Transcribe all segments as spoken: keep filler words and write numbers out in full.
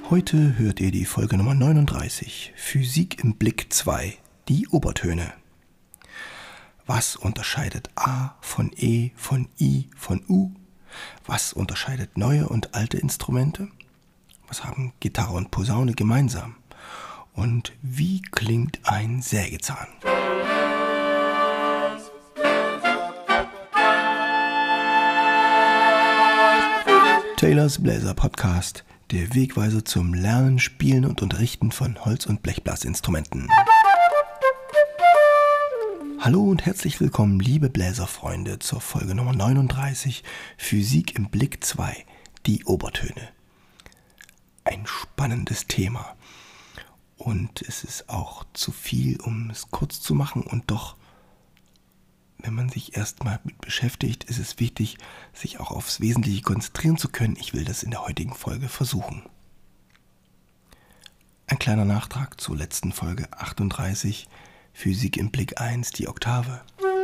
Heute hört ihr die Folge Nummer neununddreißig, Physik im Blick zwei, die Obertöne. Was unterscheidet A von E, von I, von U? Was unterscheidet neue und alte Instrumente? Was haben Gitarre und Posaune gemeinsam? Und wie klingt ein Sägezahn? Taylors Bläser Podcast, der Wegweiser zum Lernen, Spielen und Unterrichten von Holz- und Blechblasinstrumenten. Hallo und herzlich willkommen, liebe Bläserfreunde, zur Folge Nummer neununddreißig, Physik im Blick zwei, die Obertöne. Ein spannendes Thema und es ist auch zu viel, um es kurz zu machen, und doch, wenn man sich erstmal mit beschäftigt, ist es wichtig, sich auch aufs Wesentliche konzentrieren zu können. Ich will das in der heutigen Folge versuchen. Ein kleiner Nachtrag zur letzten Folge achtunddreißig, Physik im Blick eins, die Oktave.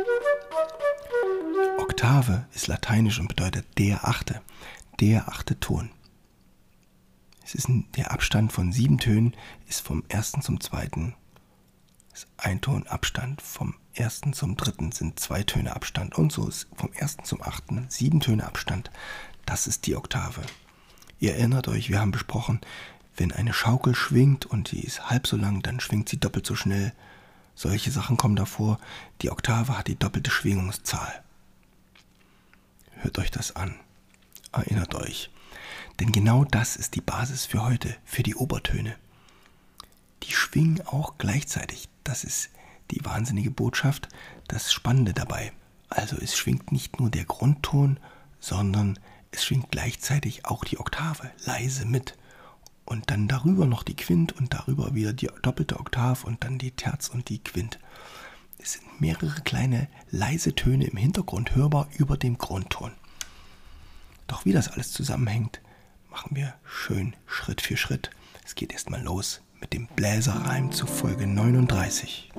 Oktave ist lateinisch und bedeutet der achte, der achte Ton. Es ist ein, der Abstand von sieben Tönen ist vom ersten zum zweiten. Ist ein Ton Abstand, vom ersten zum dritten sind zwei Töne Abstand und so ist vom ersten zum achten sieben Töne Abstand. Das ist die Oktave. Ihr erinnert euch, wir haben besprochen, wenn eine Schaukel schwingt und die ist halb so lang, dann schwingt sie doppelt so schnell. Solche Sachen kommen davor. Die Oktave hat die doppelte Schwingungszahl. Hört euch das an. Erinnert euch. Denn genau das ist die Basis für heute, für die Obertöne. Die schwingen auch gleichzeitig. Das ist die wahnsinnige Botschaft, das Spannende dabei. Also es schwingt nicht nur der Grundton, sondern es schwingt gleichzeitig auch die Oktave leise mit. Und dann darüber noch die Quint und darüber wieder die doppelte Oktav und dann die Terz und die Quint. Es sind mehrere kleine leise Töne im Hintergrund hörbar über dem Grundton. Doch wie das alles zusammenhängt, machen wir schön Schritt für Schritt. Es geht erstmal los mit dem Bläserreim zu Folge neununddreißig.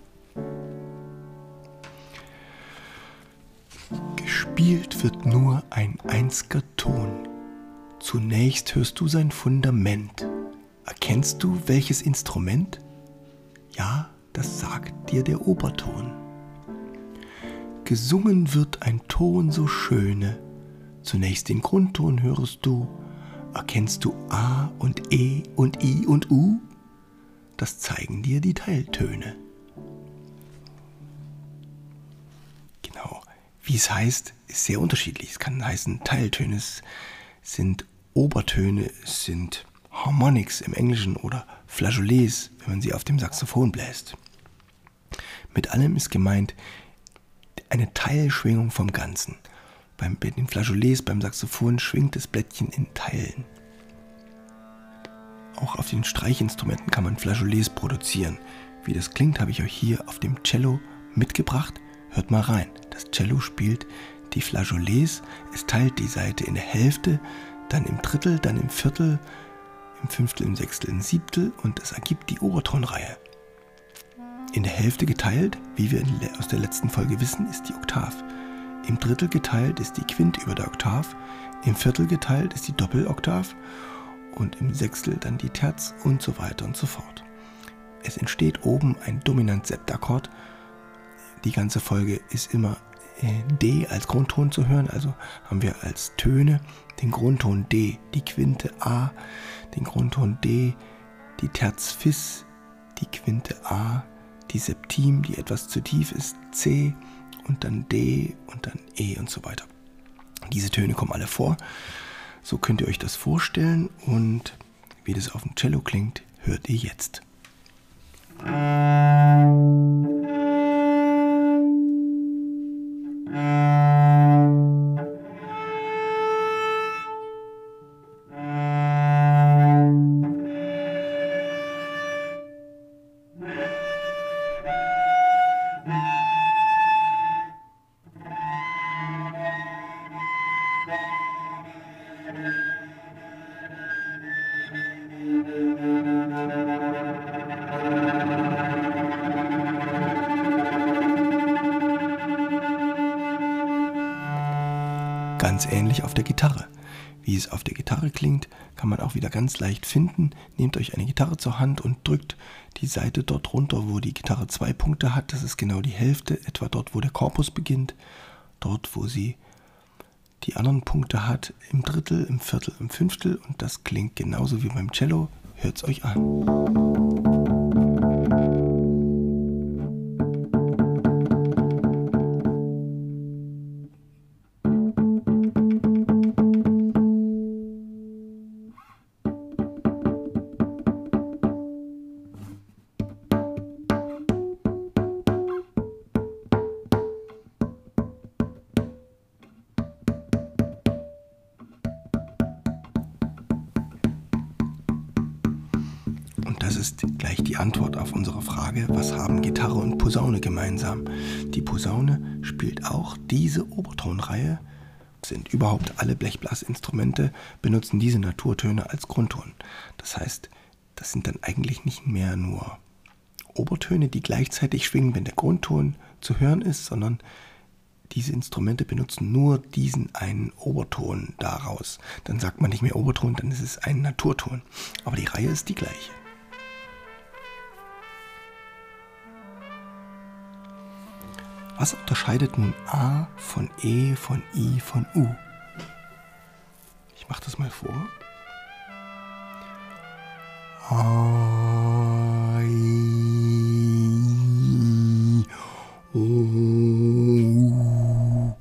Gespielt wird nur ein einziger Ton. Zunächst hörst du sein Fundament. Erkennst du, welches Instrument? Ja, das sagt dir der Oberton. Gesungen wird ein Ton so schöne. Zunächst den Grundton hörst du. Erkennst du A und E und I und U? Das zeigen dir die Teiltöne. Genau, wie es heißt, ist sehr unterschiedlich. Es kann heißen Teiltöne, es sind Obertöne, es sind Harmonics im Englischen oder Flageolets, wenn man sie auf dem Saxophon bläst. Mit allem ist gemeint eine Teilschwingung vom Ganzen. Beim, bei den Flageolets, beim Saxophon schwingt das Blättchen in Teilen. Auch auf den Streichinstrumenten kann man Flageolets produzieren. Wie das klingt, habe ich euch hier auf dem Cello mitgebracht. Hört mal rein. Das Cello spielt die Flageolets. Es teilt die Saite in der Hälfte, dann im Drittel, dann im Viertel, im Fünftel, im Sechstel, im Siebtel und es ergibt die Obertonreihe. In der Hälfte geteilt, wie wir aus der letzten Folge wissen, ist die Oktav. Im Drittel geteilt ist die Quint über der Oktav, im Viertel geteilt ist die Doppeloktav und im Sechstel dann die Terz und so weiter und so fort. Es entsteht oben ein Dominant-Septakkord. Die ganze Folge ist immer äh, D als Grundton zu hören, also haben wir als Töne den Grundton D, die Quinte A, den Grundton D, die Terz Fis, die Quinte A, die Septim, die etwas zu tief ist, C, und dann D und dann E und so weiter. Diese Töne kommen alle vor. So könnt ihr euch das vorstellen und wie das auf dem Cello klingt, hört ihr jetzt. Ganz ähnlich auf der Gitarre. Wie es auf der Gitarre klingt, kann man auch wieder ganz leicht finden. Nehmt euch eine Gitarre zur Hand und drückt die Saite dort runter, wo die Gitarre zwei Punkte hat. Das ist genau die Hälfte, etwa dort, wo der Korpus beginnt. Dort, wo sie die anderen Punkte hat, im Drittel, im Viertel, im Fünftel. Und das klingt genauso wie beim Cello. Hört's euch an. Und das ist gleich die Antwort auf unsere Frage, was haben Gitarre und Posaune gemeinsam? Die Posaune spielt auch diese Obertonreihe, sind überhaupt alle Blechblasinstrumente, benutzen diese Naturtöne als Grundton. Das heißt, das sind dann eigentlich nicht mehr nur Obertöne, die gleichzeitig schwingen, wenn der Grundton zu hören ist, sondern diese Instrumente benutzen nur diesen einen Oberton daraus. Dann sagt man nicht mehr Oberton, dann ist es ein Naturton. Aber die Reihe ist die gleiche. Was unterscheidet nun A von E, von I, von U? Ich mache das mal vor. A, I, U,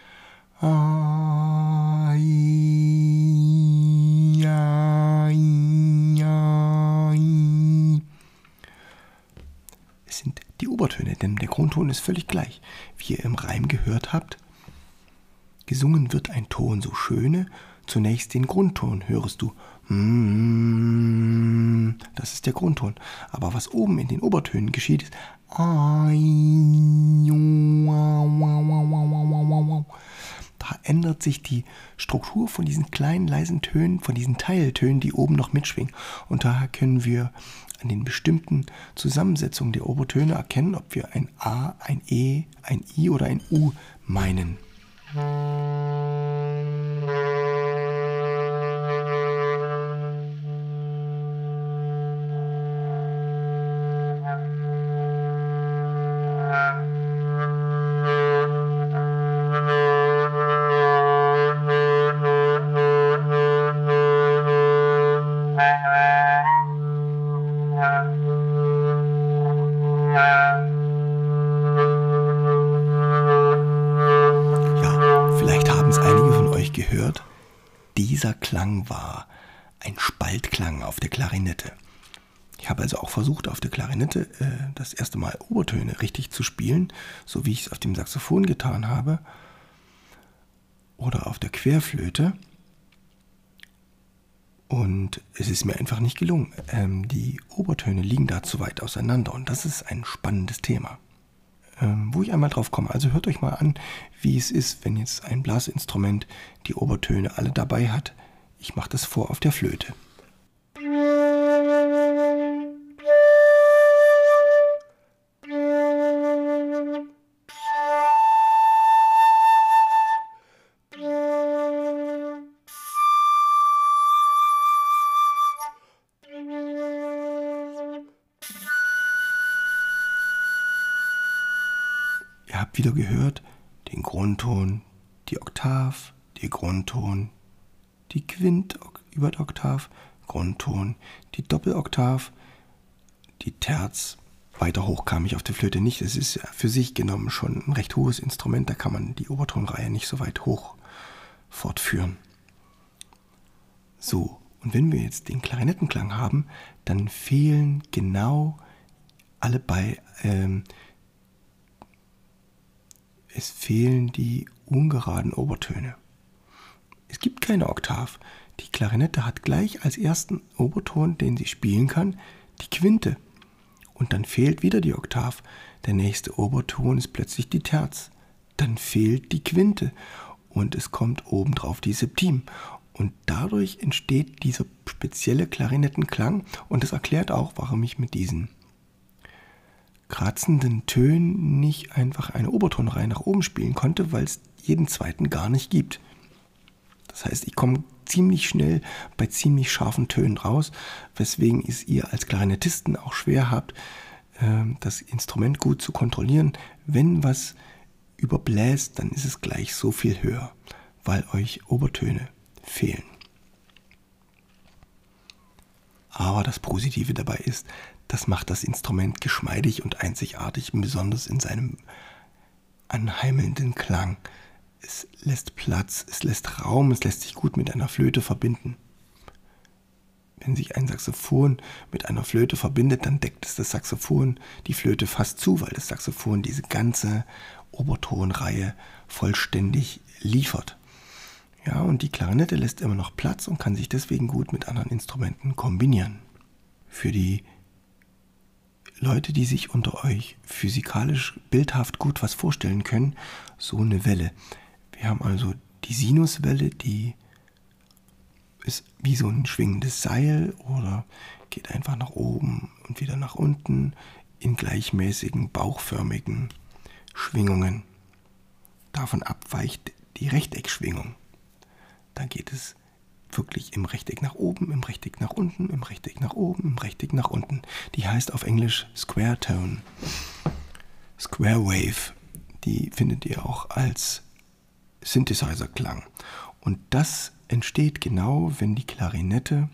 A, I, A, I, A, I. Es sind die Obertöne, denn der Grundton ist völlig gleich. Wie ihr im Reim gehört habt, gesungen wird ein Ton so schöne, zunächst den Grundton hörst du. Das ist der Grundton. Aber was oben in den Obertönen geschieht, ist da ändert sich die Struktur von diesen kleinen leisen Tönen, von diesen Teiltönen, die oben noch mitschwingen. Und daher können wir an den bestimmten Zusammensetzungen der Obertöne erkennen, ob wir ein A, ein E, ein I oder ein U meinen. Gehört, dieser Klang war ein Spaltklang auf der Klarinette. Ich habe also auch versucht, auf der Klarinette äh, das erste Mal Obertöne richtig zu spielen, so wie ich es auf dem Saxophon getan habe oder auf der Querflöte. Und es ist mir einfach nicht gelungen. Ähm, die Obertöne liegen da zu weit auseinander und das ist ein spannendes Thema. Wo ich einmal drauf komme. Also hört euch mal an, wie es ist, wenn jetzt ein Blasinstrument die Obertöne alle dabei hat. Ich mache das vor auf der Flöte. Ihr habt wieder gehört, den Grundton, die Oktav, die Grundton, die Quintüberdoktav, Grundton, die Doppeloktav, die Terz. Weiter hoch kam ich auf der Flöte nicht. Es ist ja für sich genommen schon ein recht hohes Instrument, da kann man die Obertonreihe nicht so weit hoch fortführen. So, und wenn wir jetzt den Klarinettenklang haben, dann fehlen genau alle bei... Ähm, Es fehlen die ungeraden Obertöne. Es gibt keine Oktav. Die Klarinette hat gleich als ersten Oberton, den sie spielen kann, die Quinte. Und dann fehlt wieder die Oktav. Der nächste Oberton ist plötzlich die Terz. Dann fehlt die Quinte und es kommt obendrauf die Septim. Und dadurch entsteht dieser spezielle Klarinettenklang und das erklärt auch, warum ich mit diesen kratzenden Tönen nicht einfach eine Obertonreihe nach oben spielen konnte, weil es jeden zweiten gar nicht gibt. Das heißt, ich komme ziemlich schnell bei ziemlich scharfen Tönen raus, weswegen es ihr als Klarinettisten auch schwer habt, das Instrument gut zu kontrollieren. Wenn was überbläst, dann ist es gleich so viel höher, weil euch Obertöne fehlen. Aber das Positive dabei ist, das macht das Instrument geschmeidig und einzigartig, besonders in seinem anheimelnden Klang. Es lässt Platz, es lässt Raum, es lässt sich gut mit einer Flöte verbinden. Wenn sich ein Saxophon mit einer Flöte verbindet, dann deckt es das Saxophon die Flöte fast zu, weil das Saxophon diese ganze Obertonreihe vollständig liefert. Ja, und die Klarinette lässt immer noch Platz und kann sich deswegen gut mit anderen Instrumenten kombinieren. Für die Leute, die sich unter euch physikalisch bildhaft gut was vorstellen können, so eine Welle. Wir haben also die Sinuswelle, die ist wie so ein schwingendes Seil oder geht einfach nach oben und wieder nach unten in gleichmäßigen, bauchförmigen Schwingungen. Davon abweicht die Rechteckschwingung. Da geht es wirklich im Rechteck nach oben, im Rechteck nach unten, im Rechteck nach oben, im Rechteck nach unten. Die heißt auf Englisch Square Tone. Square Wave, die findet ihr auch als Synthesizer-Klang. Und das entsteht genau, wenn die Klarinette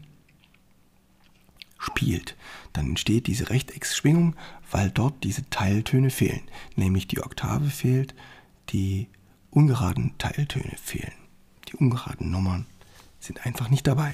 spielt. Dann entsteht diese Rechtecksschwingung, weil dort diese Teiltöne fehlen. Nämlich die Oktave fehlt, die ungeraden Teiltöne fehlen. Die ungeraden Nummern sind einfach nicht dabei.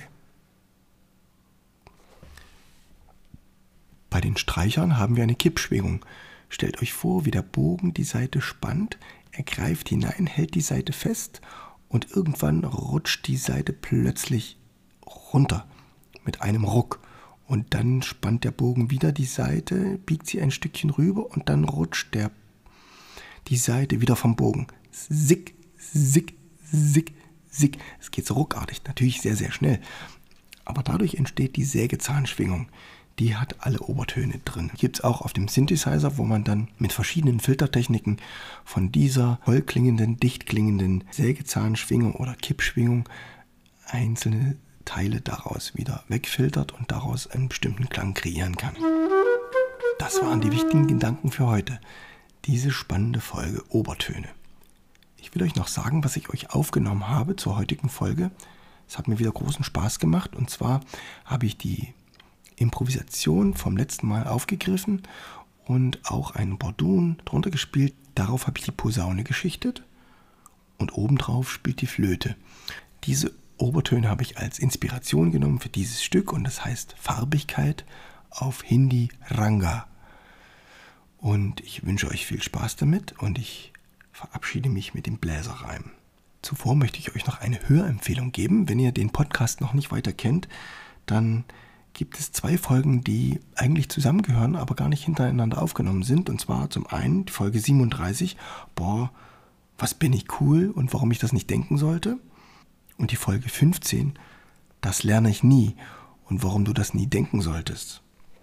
Bei den Streichern haben wir eine Kippschwingung. Stellt euch vor, wie der Bogen die Saite spannt, er greift hinein, hält die Saite fest und irgendwann rutscht die Saite plötzlich runter mit einem Ruck. Und dann spannt der Bogen wieder die Saite, biegt sie ein Stückchen rüber und dann rutscht der, die Saite wieder vom Bogen. Sick, sick, sick, sick. Es geht so ruckartig, natürlich sehr, sehr schnell. Aber dadurch entsteht die Sägezahnschwingung. Die hat alle Obertöne drin. Gibt es auch auf dem Synthesizer, wo man dann mit verschiedenen Filtertechniken von dieser vollklingenden, dichtklingenden Sägezahnschwingung oder Kippschwingung einzelne Teile daraus wieder wegfiltert und daraus einen bestimmten Klang kreieren kann. Das waren die wichtigen Gedanken für heute. Diese spannende Folge Obertöne. Ich will euch noch sagen, was ich euch aufgenommen habe zur heutigen Folge. Es hat mir wieder großen Spaß gemacht und zwar habe ich die Improvisation vom letzten Mal aufgegriffen und auch einen Bordun drunter gespielt. Darauf habe ich die Posaune geschichtet und obendrauf spielt die Flöte. Diese Obertöne habe ich als Inspiration genommen für dieses Stück und das heißt Farbigkeit auf Hindi Ranga. Und ich wünsche euch viel Spaß damit und ich verabschiede mich mit dem Bläserreim. Zuvor möchte ich euch noch eine Hörempfehlung geben. Wenn ihr den Podcast noch nicht weiter kennt, dann gibt es zwei Folgen, die eigentlich zusammengehören, aber gar nicht hintereinander aufgenommen sind. Und zwar zum einen die Folge siebenunddreißig, boah, was bin ich cool und warum ich das nicht denken sollte. Und die Folge fünfzehn, das lerne ich nie und warum du das nie denken solltest.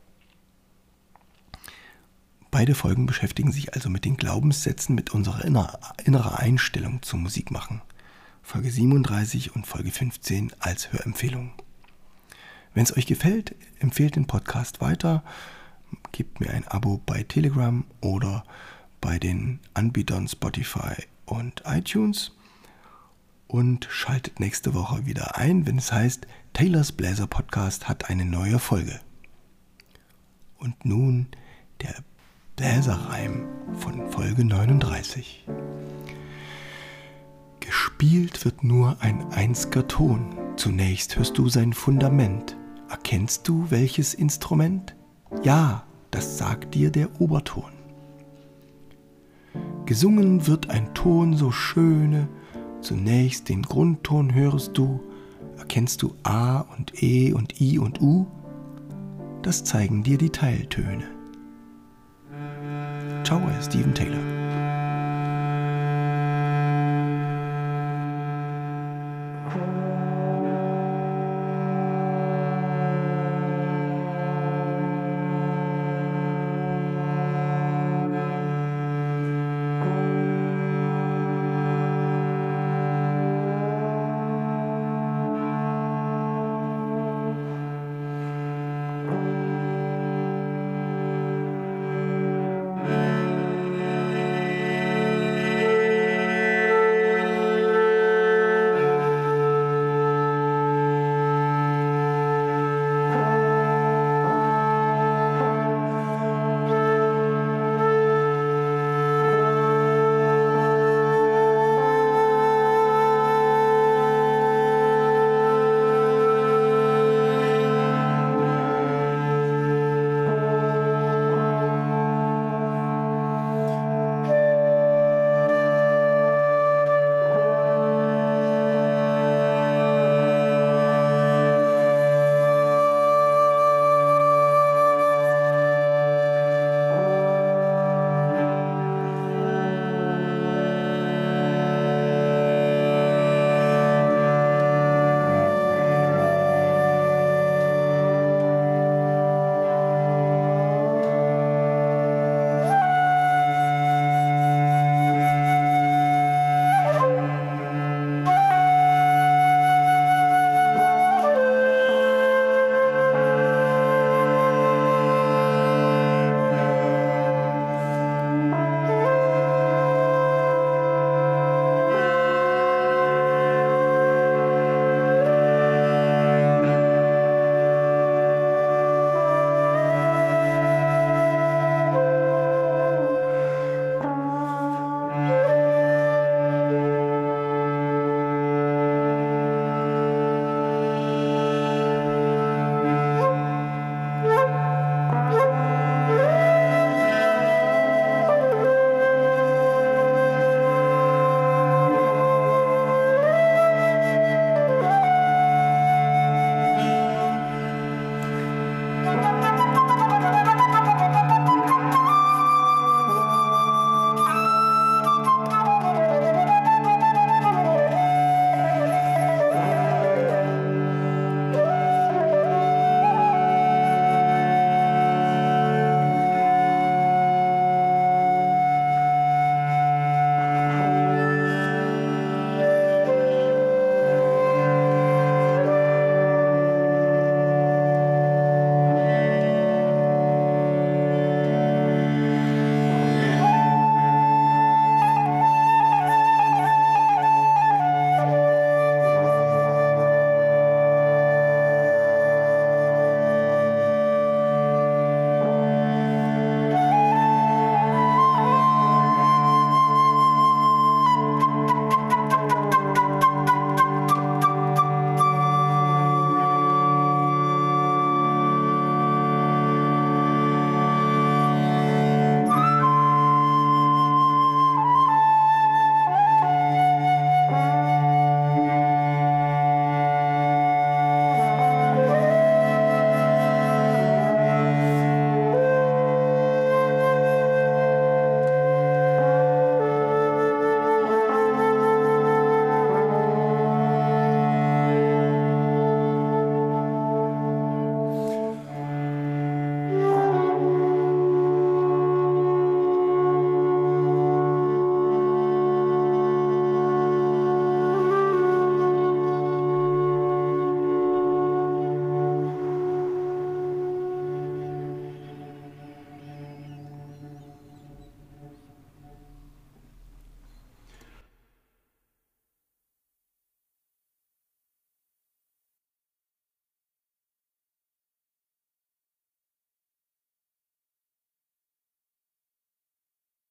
Beide Folgen beschäftigen sich also mit den Glaubenssätzen, mit unserer inner, inneren Einstellung zum Musikmachen. Folge siebenunddreißig und Folge fünfzehn als Hörempfehlung. Wenn es euch gefällt, empfehlt den Podcast weiter, gebt mir ein Abo bei Telegram oder bei den Anbietern Spotify und iTunes und schaltet nächste Woche wieder ein, wenn es heißt, Taylors Bläser Podcast hat eine neue Folge. Und nun der Bläserreim von Folge neununddreißig. Gespielt wird nur ein einziger Ton, zunächst hörst du sein Fundament. Erkennst du welches Instrument? Ja, das sagt dir der Oberton. Gesungen wird ein Ton so schöne, zunächst den Grundton hörst du, erkennst du A und E und I und U? Das zeigen dir die Teiltöne. Ciao, euer Steven Taylor.